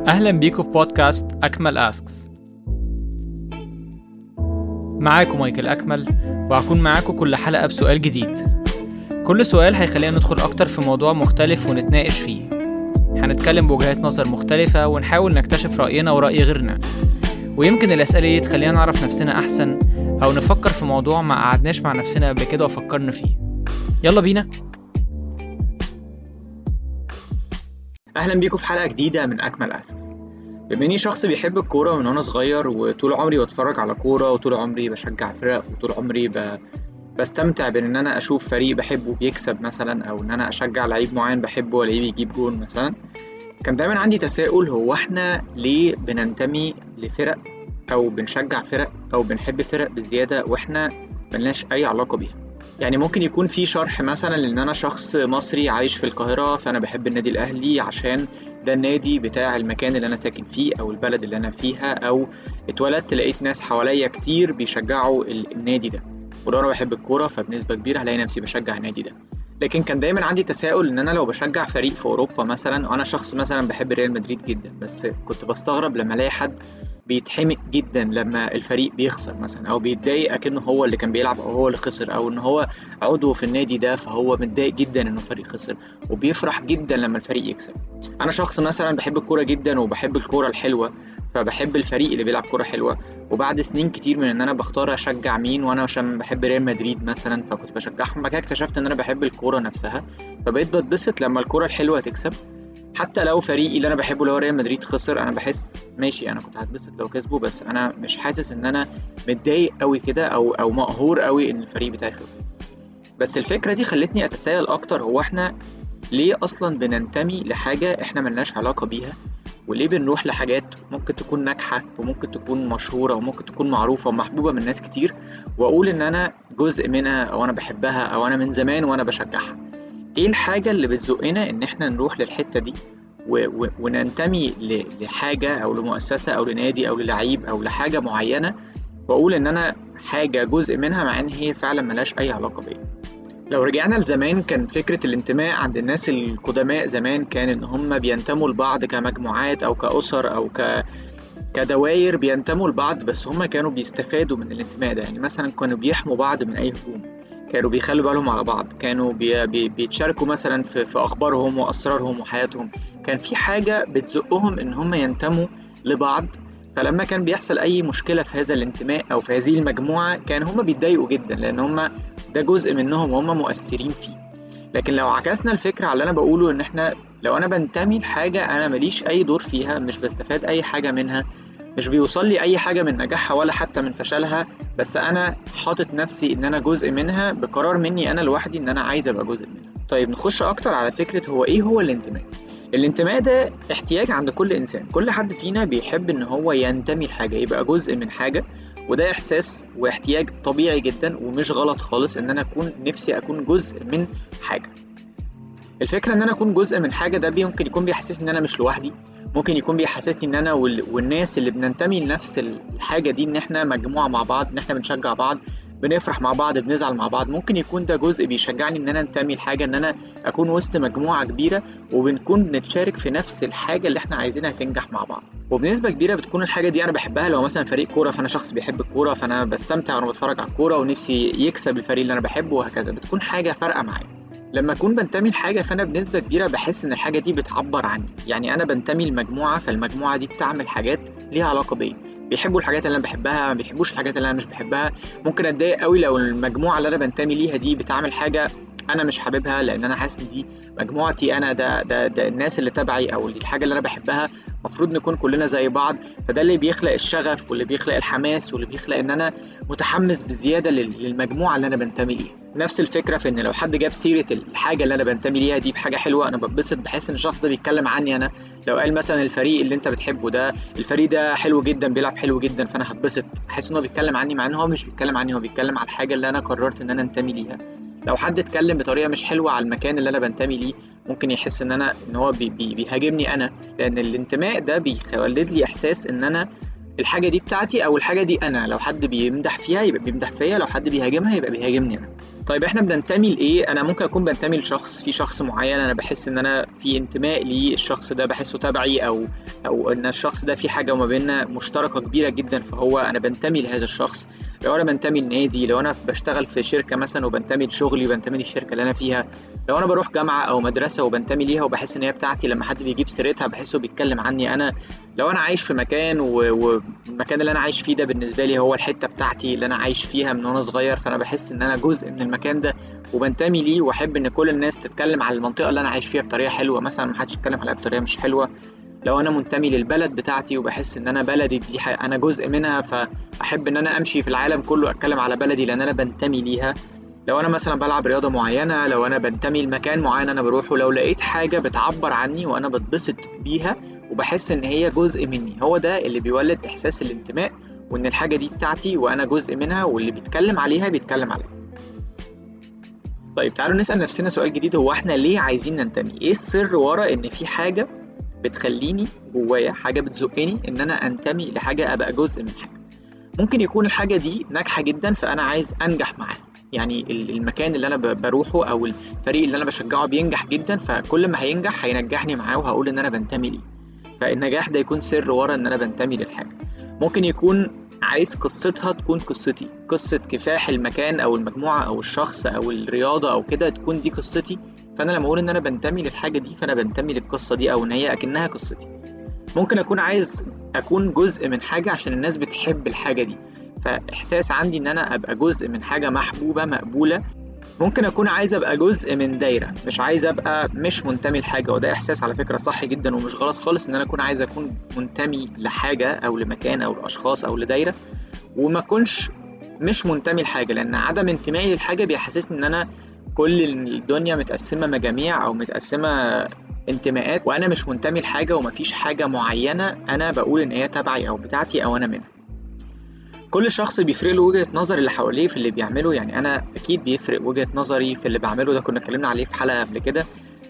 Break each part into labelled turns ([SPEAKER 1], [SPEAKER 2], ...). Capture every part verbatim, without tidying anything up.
[SPEAKER 1] أهلا بيكم في بودكاست أكمل أسكس. معاكم مايكل أكمل، وهكون معاكم كل حلقة بسؤال جديد. كل سؤال هيخلينا ندخل أكتر في موضوع مختلف ونتناقش فيه. هنتكلم بوجهات نظر مختلفة ونحاول نكتشف رأينا ورأي غيرنا، ويمكن الأسئلة دي تخلينا نعرف نفسنا أحسن أو نفكر في موضوع ما قعدناش مع نفسنا قبل كده وفكرنا فيه. يلا بينا.
[SPEAKER 2] اهلا بيكم في حلقه جديده من اكمل اسكس. بما اني شخص بيحب الكوره من وانا صغير، وطول عمري بتفرج على كوره، وطول عمري بشجع فرق، وطول عمري ب... بستمتع بان انا اشوف فريق بحبه بيكسب مثلا، او ان انا اشجع لعيب معين بحبه والاقيه بيجيب جول مثلا. كان دايما عندي تساؤل، هو احنا ليه بننتمي لفرق او بنشجع فرق او بنحب فرق بزياده واحنا ملناش اي علاقه بيها؟ يعني ممكن يكون في شرح مثلا لان انا شخص مصري عايش في القاهرة، فانا بحب النادي الاهلي عشان ده النادي بتاع المكان اللي انا ساكن فيه او البلد اللي انا فيها، او اتولدت لقيت ناس حواليا كتير بيشجعوا النادي ده، ولو انا بحب الكورة فبنسبة كبيرة هلاقي نفسي بشجع النادي ده. لكن كان دايما عندي تساؤل ان انا لو بشجع فريق في اوروبا مثلا، وانا شخص مثلا بحب ريال مدريد جدا، بس كنت بستغرب لما الاقي حد بيتحمق جدا لما الفريق بيخسر مثلا، او بيتضايق اكنه هو اللي كان بيلعب او هو اللي خسر، او ان هو عضو في النادي ده فهو متضايق جدا انه فريق خسر، وبيفرح جدا لما الفريق يكسب. انا شخص مثلا بحب الكوره جدا وبحب الكوره الحلوه، فبحب الفريق اللي بيلعب كوره حلوه. وبعد سنين كتير من ان انا بختار اشجع مين، وانا عشان بحب ريال مدريد مثلا فكنت بشجعهم، بعد كده اكتشفت ان انا بحب الكوره نفسها، فبقيت بتبسط لما الكوره الحلوه تكسب. حتى لو فريقي اللي انا بحبه اللي هو ريال مدريد خسر، انا بحس ماشي، انا كنت هتبسط لو كسبوا، بس انا مش حاسس ان انا متضايق قوي كده او او مقهور قوي ان الفريق بتاعي خسر. بس الفكره دي خلتني اتساءل اكتر، هو احنا ليه اصلا بننتمي لحاجه احنا ملناش علاقه بيها؟ وليه بنروح لحاجات ممكن تكون ناجحه وممكن تكون مشهوره وممكن تكون معروفه ومحبوبه من ناس كتير، واقول ان انا جزء منها او انا بحبها او انا من زمان وانا بشجعها؟ ايه الحاجه اللي بتزقنا ان احنا نروح للحته دي و... و... وننتمي ل... لحاجه او لمؤسسه او لنادي او للعيب او لحاجه معينه، واقول ان انا حاجه جزء منها مع ان هي فعلا ملهاش اي علاقه بيا؟ لو رجعنا لزمان، كان فكرة الانتماء عند الناس القدماء زمان كان ان هم بينتموا لبعض كمجموعات او كأسر او ك... كدوائر بينتموا لبعض، بس هم كانوا بيستفادوا من الانتماء ده. يعني مثلا كانوا بيحموا بعض من اي هجوم، كانوا بيخلوا بالهم على بعض، كانوا بي... بي... بيتشاركوا مثلا في... في اخبارهم واسرارهم وحياتهم، كان في حاجة بتزقهم ان هم ينتموا لبعض. فلما كان بيحصل اي مشكلة في هذا الانتماء او في هذه المجموعة، كان هم بيتضايقوا جدا لان هم ده جزء منهم وهم مؤثرين فيه. لكن لو عكسنا الفكرة على اللي انا بقوله، ان احنا لو انا بنتمي لحاجة انا ماليش اي دور فيها، مش بستفاد اي حاجة منها، مش بيوصل لي اي حاجة من نجاحها ولا حتى من فشلها، بس انا حاطط نفسي ان انا جزء منها بقرار مني انا لوحدي ان انا عايز ابقى جزء منها. طيب نخش اكتر على فكرة هو ايه هو الانتماء. الانتماء ده احتياج عند كل انسان، كل حد فينا بيحب ان هو ينتمي لحاجة، يبقى جزء من حاجة، وده احساس واحتياج طبيعي جدا ومش غلط خالص ان انا اكون نفسي اكون جزء من حاجة. الفكرة ان انا اكون جزء من حاجة ده ممكن يكون بيحسسني ان انا مش لوحدي، ممكن يكون بيحسسني ان انا وال... والناس اللي بننتمي لنفس الحاجة دي ان احنا مجموعة مع بعض، ان احنا بنشجع بعض، بنفرح مع بعض، بنزعل مع بعض. ممكن يكون ده جزء بيشجعني ان انا انتمي لحاجة، ان انا اكون وسط مجموعة كبيرة وبنكون بنتشارك في نفس الحاجة اللي احنا عايزينها تنجح مع بعض. وبنسبة كبيرة بتكون الحاجة دي انا بحبها. لو مثلا فريق كورة فانا شخص بيحب الكورة، فانا بستمتع وانا بتفرج على الكورة ونفسي يكسب الفريق اللي انا بحبه، وهكذا بتكون حاجة فارقة معايا. لما اكون بنتمي لحاجه فانا بنسبه كبيره بحس ان الحاجه دي بتعبر عني، يعني انا بنتمي لمجموعه، فالمجموعه دي بتعمل حاجات ليها علاقه بيا، بيحبوا الحاجات اللي انا بحبها، ما بيحبوش الحاجات اللي انا مش بحبها. ممكن اتضايق قوي لو المجموعه اللي انا بنتمي ليها دي بتعمل حاجه انا مش حاببها، لان انا حاسس ان دي مجموعتي انا، ده ده ده الناس اللي تبعي او الحاجه اللي انا بحبها، المفروض نكون كلنا زي بعض. فده اللي بيخلق الشغف واللي بيخلق الحماس واللي بيخلق ان انا متحمس بزياده لل- للمجموعه اللي انا بنتمي ليها. نفس الفكره في ان لو حد جاب سيره الحاجه اللي انا بنتمي ليها دي بحاجه حلوه، انا بتبسط، بحس ان الشخص ده بيتكلم عني انا. لو قال مثلا الفريق اللي انت بتحبه ده، الفريق ده حلو جدا، بيلعب حلو جدا، فانا هتبسط، احس ان هو بيتكلم عني، مع ان هو مش بيتكلم عني، هو بيتكلم على الحاجه اللي انا قررت ان انا انتمي ليها. لو حد اتكلم بطريقه مش حلوه على المكان اللي انا بنتمي ليه، ممكن يحس ان انا ان هو بي بي بيهاجمني انا، لان الانتماء ده بيولد لي احساس ان انا الحاجة دي بتاعتي او الحاجة دي انا. لو حد بيمدح فيها يبقى بيمدح فيا، لو حد بيهاجمها يبقى بيهاجمني انا. طيب احنا بننتمي لايه؟ انا ممكن اكون بنتمي لشخص، في شخص معين انا بحس ان انا في انتماء ليه، الشخص ده بحسه تبعي، او او ان الشخص ده في حاجة وما بيننا مشتركة كبيرة جدا، فهو انا بنتمي لهذا الشخص. لو انا بنتمي لنادي، لو انا بشتغل في شركة مثلا وبنتمي لشغلي وبنتمي للشركة اللي انا فيها، لو انا بروح جامعة او مدرسة وبنتمي ليها وبحس ان هي بتاعتي، لما حد بيجيب سيرتها بحسه بيتكلم عني انا. لو انا عايش في مكان والمكان اللي انا عايش فيه ده بالنسبة لي هو الحتة بتاعتي اللي انا عايش فيها من وانا صغير، فانا بحس ان انا جزء من المكان ده وبنتمي ليه، واحب ان كل الناس تتكلم على المنطقة اللي انا عايش فيها بطريقة حلوة، مثلا محدش يتكلم عليها بطريقة مش حلوة. لو انا منتمي للبلد بتاعتي وبحس ان انا بلدي دي انا جزء منها، فاحب ان انا امشي في العالم كله اتكلم على بلدي لان انا بنتمي ليها. لو انا مثلا بلعب رياضة معينة، لو انا بنتمي لمكان معين انا بروحه، لو لقيت حاجة بتعبر عني وانا بتبسط بيها وبحس ان هي جزء مني، هو ده اللي بيولد احساس الانتماء، وان الحاجة دي بتاعتي وانا جزء منها، واللي بيتكلم عليها بيتكلم عليها. طيب تعالوا نسأل نفسنا سؤال جديد، هو احنا ليه عايزين ننتمي؟ ايه السر ورا ان في حاجة بتخليني جوايا، حاجة بتزقني ان انا انتمي لحاجة، ابقى جزء من حاجة؟ ممكن يكون الحاجة دي ناجحة جدا فانا عايز انجح معاها، يعني المكان اللي انا بروحه او الفريق اللي انا بشجعه بينجح جدا، فكل ما هينجح هينجحني معاه وهقول ان انا بنتمي ليه، فالنجاح ده يكون سر ورا ان انا بنتمي للحاجة. ممكن يكون عايز قصتها تكون قصتي، قصة كفاح المكان او المجموعة او الشخص او الرياضة او كده تكون دي قصتي، فانا لما اقول ان انا بنتمي للحاجة دي فانا بنتمي للقصة دي او ان هي اكنها قصتي. ممكن اكون عايز اكون جزء من حاجة عشان الناس بتحب الحاجة دي، فاحساس عندي ان انا ابقى جزء من حاجة محبوبة مقبولة. ممكن اكون عايز ابقى جزء من دايرة، مش عايز ابقى مش منتمي لحاجة، وده احساس على فكرة صح جدا ومش غلط خالص ان انا اكون عايز اكون منتمي لحاجة او لمكان او لاشخاص او لدايرة، وما اكونش مش منتمي لحاجة، لان عدم انتمائي للحاجة بيحسسني ان انا كل الدنيا متقسمة مجاميع او متقسمة انتماءات، وانا مش منتمي لحاجة ومفيش حاجة معينة انا بقول ان هي تبعي او بتاعتي او انا منها. كل شخص بيفرق له وجهة نظر اللي حواليه في اللي بيعمله، يعني انا اكيد بيفرق وجهة نظري في اللي بعمله، ده كنا اتكلمنا عليه في حلقة قبل كده.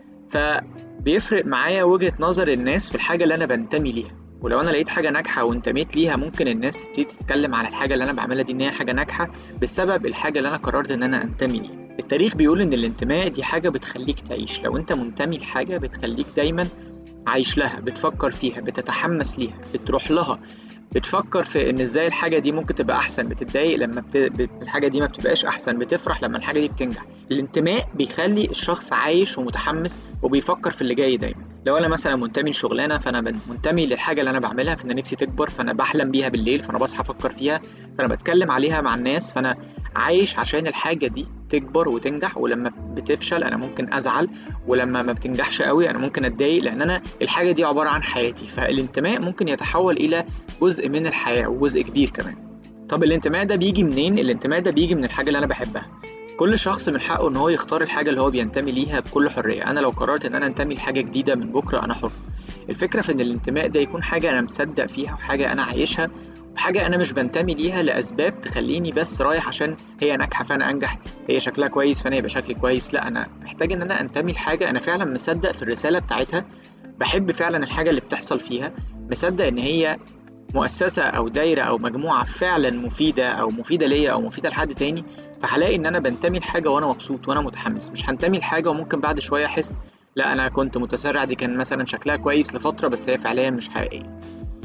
[SPEAKER 2] فبيفرق معايا وجهة نظر الناس في الحاجة اللي انا بنتمي ليها، ولو انا لقيت حاجة ناجحة وانتميت ليها ممكن الناس تبتدي تتكلم على الحاجة اللي انا بعملها دي ان هي حاجة ناجحة بسبب الحاجة اللي انا قررت ان انا انتمي ليها. التاريخ بيقول ان الانتماء دي حاجة بتخليك تعيش، لو انت منتمي لحاجة بتخليك دايما عايش لها، بتفكر فيها، بتتحمس ليها، بتروح لها، بتفكر في ان ازاي الحاجة دي ممكن تبقى احسن، بتتضايق لما بت... بت... الحاجة دي ما بتبقاش احسن، بتفرح لما الحاجة دي بتنجح. الانتماء بيخلي الشخص عايش ومتحمس وبيفكر في اللي جاي دايما. لو انا مثلا منتمي لشغلانة فانا منتمي للحاجة اللي انا بعملها، فانا نفسي تكبر، فانا بحلم بيها بالليل، فانا بصحى افكر فيها، فانا بتكلم عليها مع الناس، فانا عايش عشان الحاجة دي تكبر وتنجح. ولما بتفشل انا ممكن ازعل، ولما ما بتنجحش قوي انا ممكن اتضايق، لان انا الحاجة دي عبارة عن حياتي. فالانتماء ممكن يتحول الى جزء من الحياة وجزء كبير كمان. طب الانتماء ده بيجي منين؟ الانتماء ده بيجي من الحاجة اللي انا بحبها. كل شخص من حقه ان هو يختار الحاجة اللي هو بينتمي ليها بكل حرية. انا لو قررت ان انا انتمي لحاجة جديدة من بكرة انا حر. الفكرة في ان الانتماء ده يكون حاجة انا مصدق فيها وحاجة انا عايشها، وحاجة انا مش بنتمي ليها لاسباب تخليني بس رايح عشان هي ناجحة فانا انجح، هي شكلها كويس فانا يبقى شكلي كويس. لا، انا محتاج ان انا انتمي لحاجة انا فعلا مصدق في الرسالة بتاعتها، بحب فعلا الحاجة اللي بتحصل فيها، مصدق ان هي مؤسسة أو دايرة أو مجموعة فعلا مفيدة أو مفيدة ليا أو مفيدة لحد تاني. فهلاقي إن أنا بنتمي لحاجة وأنا مبسوط وأنا متحمس، مش هنتمي لحاجة وممكن بعد شوية أحس لا أنا كنت متسرع، دي كان مثلا شكلها كويس لفترة بس هي فعليا مش حقيقية.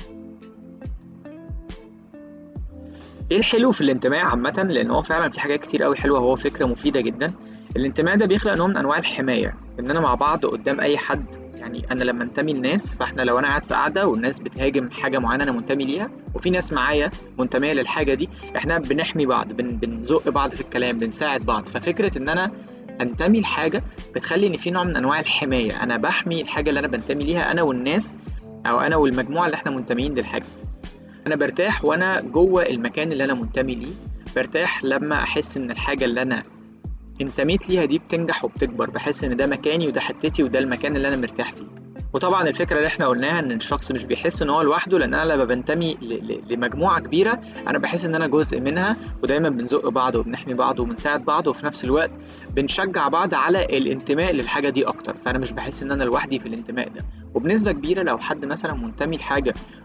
[SPEAKER 2] إيه الحلو في الانتماء عامة؟ لأن هو فعلا في حاجات كتير قوي حلوة، هو فكرة مفيدة جدا. الانتماء ده بيخلق نوع من أنواع الحماية، إننا مع بعض قدام أي حد. يعني انا لما انتمي لناس، فاحنا لو انا قاعد في قاعده والناس بتهاجم حاجه معينه انا منتمي ليها، وفي ناس معايا منتميه للحاجه دي، احنا بنحمي بعض، بن بنزق بعض في الكلام، بنساعد بعض. ففكره ان انا انتمي لحاجه بتخلي ان في نوع من انواع الحمايه، انا بحمي الحاجه اللي انا بنتمي ليها، انا والناس او انا والمجموعه اللي احنا منتميين للحاجه. انا برتاح وانا جوه المكان اللي انا منتمي ليه، برتاح لما احس ان الحاجه اللي انا انتميت ليها دي بتنجح وبتكبر، بحس ان ده مكاني وده حتتي وده المكان اللي انا مرتاح فيه. وطبعا الفكره اللي احنا قلناها ان الشخص مش بيحس ان هو لوحده، لان انا لما بنتمي لمجموعه كبيره انا بحس ان انا جزء منها، ودايما بنزق بعض وبنحمي بعض وبنساعد بعض، وفي نفس الوقت بنشجع بعض على الانتماء للحاجه دي اكتر، فانا مش بحس ان انا لوحدي في الانتماء ده. وبنسبه كبيره لو حد مثلا منتمي لحاجه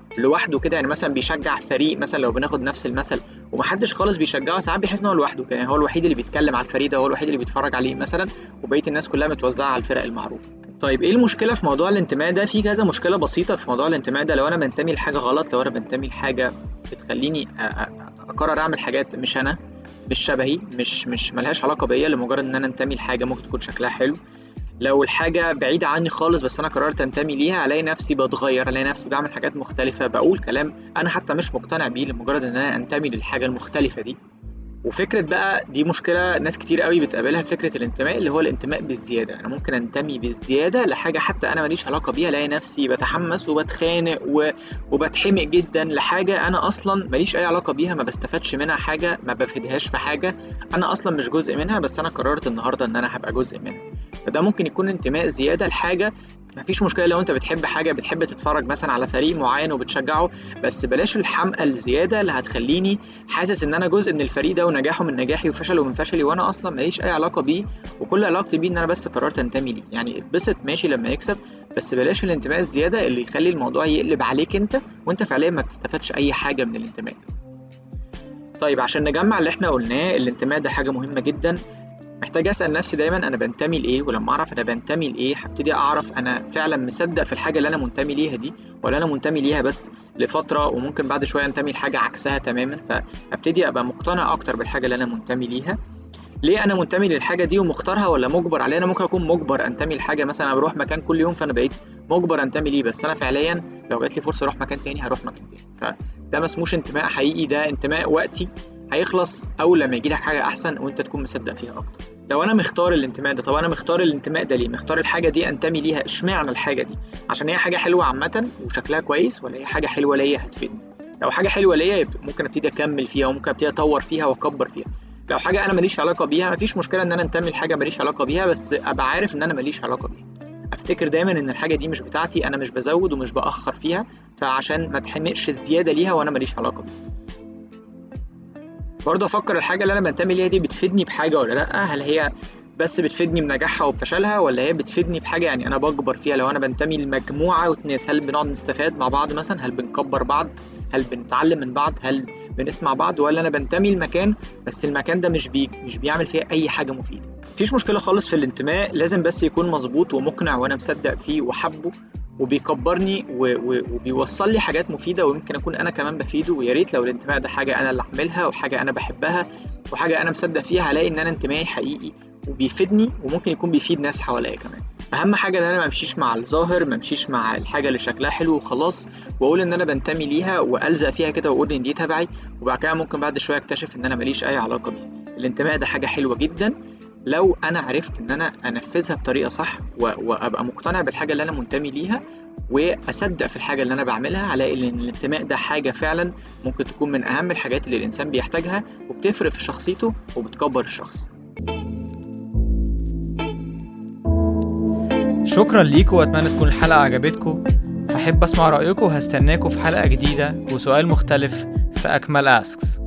[SPEAKER 2] لوحده كده، يعني مثلا بيشجع فريق مثلا لو بناخد نفس المثل ومحدش خالص بيشجعه، ساعات بيحس ان هو لوحده كده، يعني هو الوحيد اللي بيتكلم على الفريق ده، هو الوحيد اللي بيتفرج عليه مثلا، وبقيه الناس كلها متوزعه على الفرق المعروفه. طيب ايه المشكله في موضوع الانتماء ده؟ في كذا مشكله بسيطه في موضوع الانتماء ده. لو انا بنتمي لحاجه غلط، لو انا بنتمي لحاجه بتخليني أ- أ- اقرر اعمل حاجات مش انا، مش شبهي، مش مش ملهاش علاقه بيا، لمجرد ان انا انتمي لحاجه ممكن تكون شكلها حلو. لو الحاجة بعيدة عني خالص بس أنا قررت أنتمي ليها، ألاقي نفسي بتغير، ألاقي نفسي بعمل حاجات مختلفة، بقول كلام أنا حتى مش مقتنع بيه لمجرد إن أنا أنتمي للحاجة المختلفة دي. وفكرة بقى دي مشكلة ناس كتير قوي بتقابلها، فكرة الانتماء اللي هو الانتماء بالزيادة. أنا ممكن أنتمي بالزيادة لحاجة حتى أنا ماليش علاقة بيها، ألاقي نفسي بتحمس وبتخانق و... وبتحمق جدا لحاجة أنا أصلا ماليش أي علاقة بيها، ما بستفادش منها حاجة، ما بفيدهاش في حاجة، أنا أصلا مش جزء منها، بس أنا قررت النهاردة إن أنا هبقى جزء منها. فده ممكن يكون انتماء زيادة لحاجة. مفيش مشكلة لو انت بتحب حاجة، بتحب تتفرج مثلا على فريق معين وبتشجعه، بس بلاش الحمقى الزيادة اللي هتخليني حاسس ان انا جزء من الفريق ده، ونجاحه من نجاحي وفشله من فشلي، وانا اصلا ماليش اي علاقة بيه، وكل علاقتي بيه ان انا بس قررت انتمي ليه. يعني اتبسط ماشي لما يكسب، بس بلاش الانتماء الزيادة اللي يخلي الموضوع يقلب عليك انت، وانت فعليا ما بتستفادش اي حاجة من الانتماء. طيب عشان نجمع اللي احنا قلناه، الانتماء ده حاجة مهمة جدا. محتاج أسأل نفسي دايما أنا بنتمي لإيه، ولما أعرف أنا بنتمي لإيه هبتدي أعرف أنا فعلا مصدق في الحاجة اللي أنا منتمي ليها دي، ولا أنا منتمي ليها بس لفترة وممكن بعد شوية أنتمي لحاجة عكسها تماما. فابتدي أبقى مقتنع أكتر بالحاجة اللي أنا منتمي ليها. ليه أنا منتمي للحاجة دي ومختارها ولا مجبر عليها؟ أنا ممكن أكون مجبر أنتمي لحاجة، مثلا أنا بروح مكان كل يوم فأنا بقيت مجبر أنتمي ليه، بس أنا فعليا لو جات لي فرصة أروح مكان تاني هروح مكان تاني. فده ما اسموش انتماء حقيقي، ده انتماء وقتي هيخلص أول لما يجي لك حاجة أحسن وأنت تكون مصدق فيها أكتر. لو أنا مختار الانتماء ده، طب أنا مختار الانتماء ده ليه؟ مختار الحاجة دي أنتمي ليها، اشمعنى الحاجة دي؟ عشان هي حاجة حلوة عامة وشكلها كويس، ولا هي حاجة حلوة ليا هتفيدني؟ لو حاجة حلوة ليا ممكن أبتدي أكمل فيها، وممكن أبتدي أطور فيها وأكبر فيها. لو حاجة أنا ماليش علاقة بيها، مفيش مشكلة إن أنا أنتمي لحاجة ماليش علاقة بيها، بس أبقى عارف إن أنا ماليش علاقة بيها. أفتكر دايما إن الحاجة دي مش بتاعتي، أنا مش بزود ومش بأخر فيها، فعشان ما تحمقش الزيادة ليها وأنا ماليش علاقة بيها. برضه أفكر الحاجة اللي أنا بنتمي ليها دي بتفيدني بحاجة ولا لأ، هل هي بس بتفيدني بنجاحها وبفشلها، ولا هي بتفيدني بحاجة يعني أنا بكبر فيها. لو أنا بنتمي لمجموعة وناس، هل بنقعد نستفاد مع بعض مثلا؟ هل بنكبر بعض؟ هل بنتعلم من بعض؟ هل بنسمع بعض؟ ولا أنا بنتمي لمكان بس المكان ده مش بي مش بيعمل فيها أي حاجة مفيدة؟ مفيش مشكلة خالص في الانتماء، لازم بس يكون مظبوط ومقنع وأنا مصدق فيه وحبه وبيكبرني و... و... وبيوصل لي حاجات مفيدة، ويمكن أكون أنا كمان بفيده. ويا ريت لو الانتماء ده حاجة أنا اللي أعملها وحاجة أنا بحبها وحاجة أنا مصدق فيها، هلاقي إن أنا انتمائي حقيقي وبيفيدني، وممكن يكون بيفيد ناس حواليا كمان. اهم حاجه ان انا ما امشيش مع الظاهر، ما امشيش مع الحاجه اللي شكلها حلو وخلاص واقول ان انا بنتمي ليها والزق فيها كده واقول ان دي تبعي، وبعد كده ممكن بعد شويه اكتشف ان انا ماليش اي علاقه بيها. الانتماء ده حاجه حلوه جدا لو انا عرفت ان انا انفذها بطريقه صح وابقى مقتنع بالحاجه اللي انا منتمي ليها واصدق في الحاجه اللي انا بعملها، هلاقي ان الانتماء ده حاجه فعلا ممكن تكون من اهم الحاجات اللي الانسان بيحتاجها، وبتفرق في شخصيته وبتكبر الشخص.
[SPEAKER 1] شكرا ليكم، واتمنى تكون الحلقة عجبتكم. هحب اسمع رأيكم، وهستناكم في حلقة جديدة وسؤال مختلف في أكمل أسكس.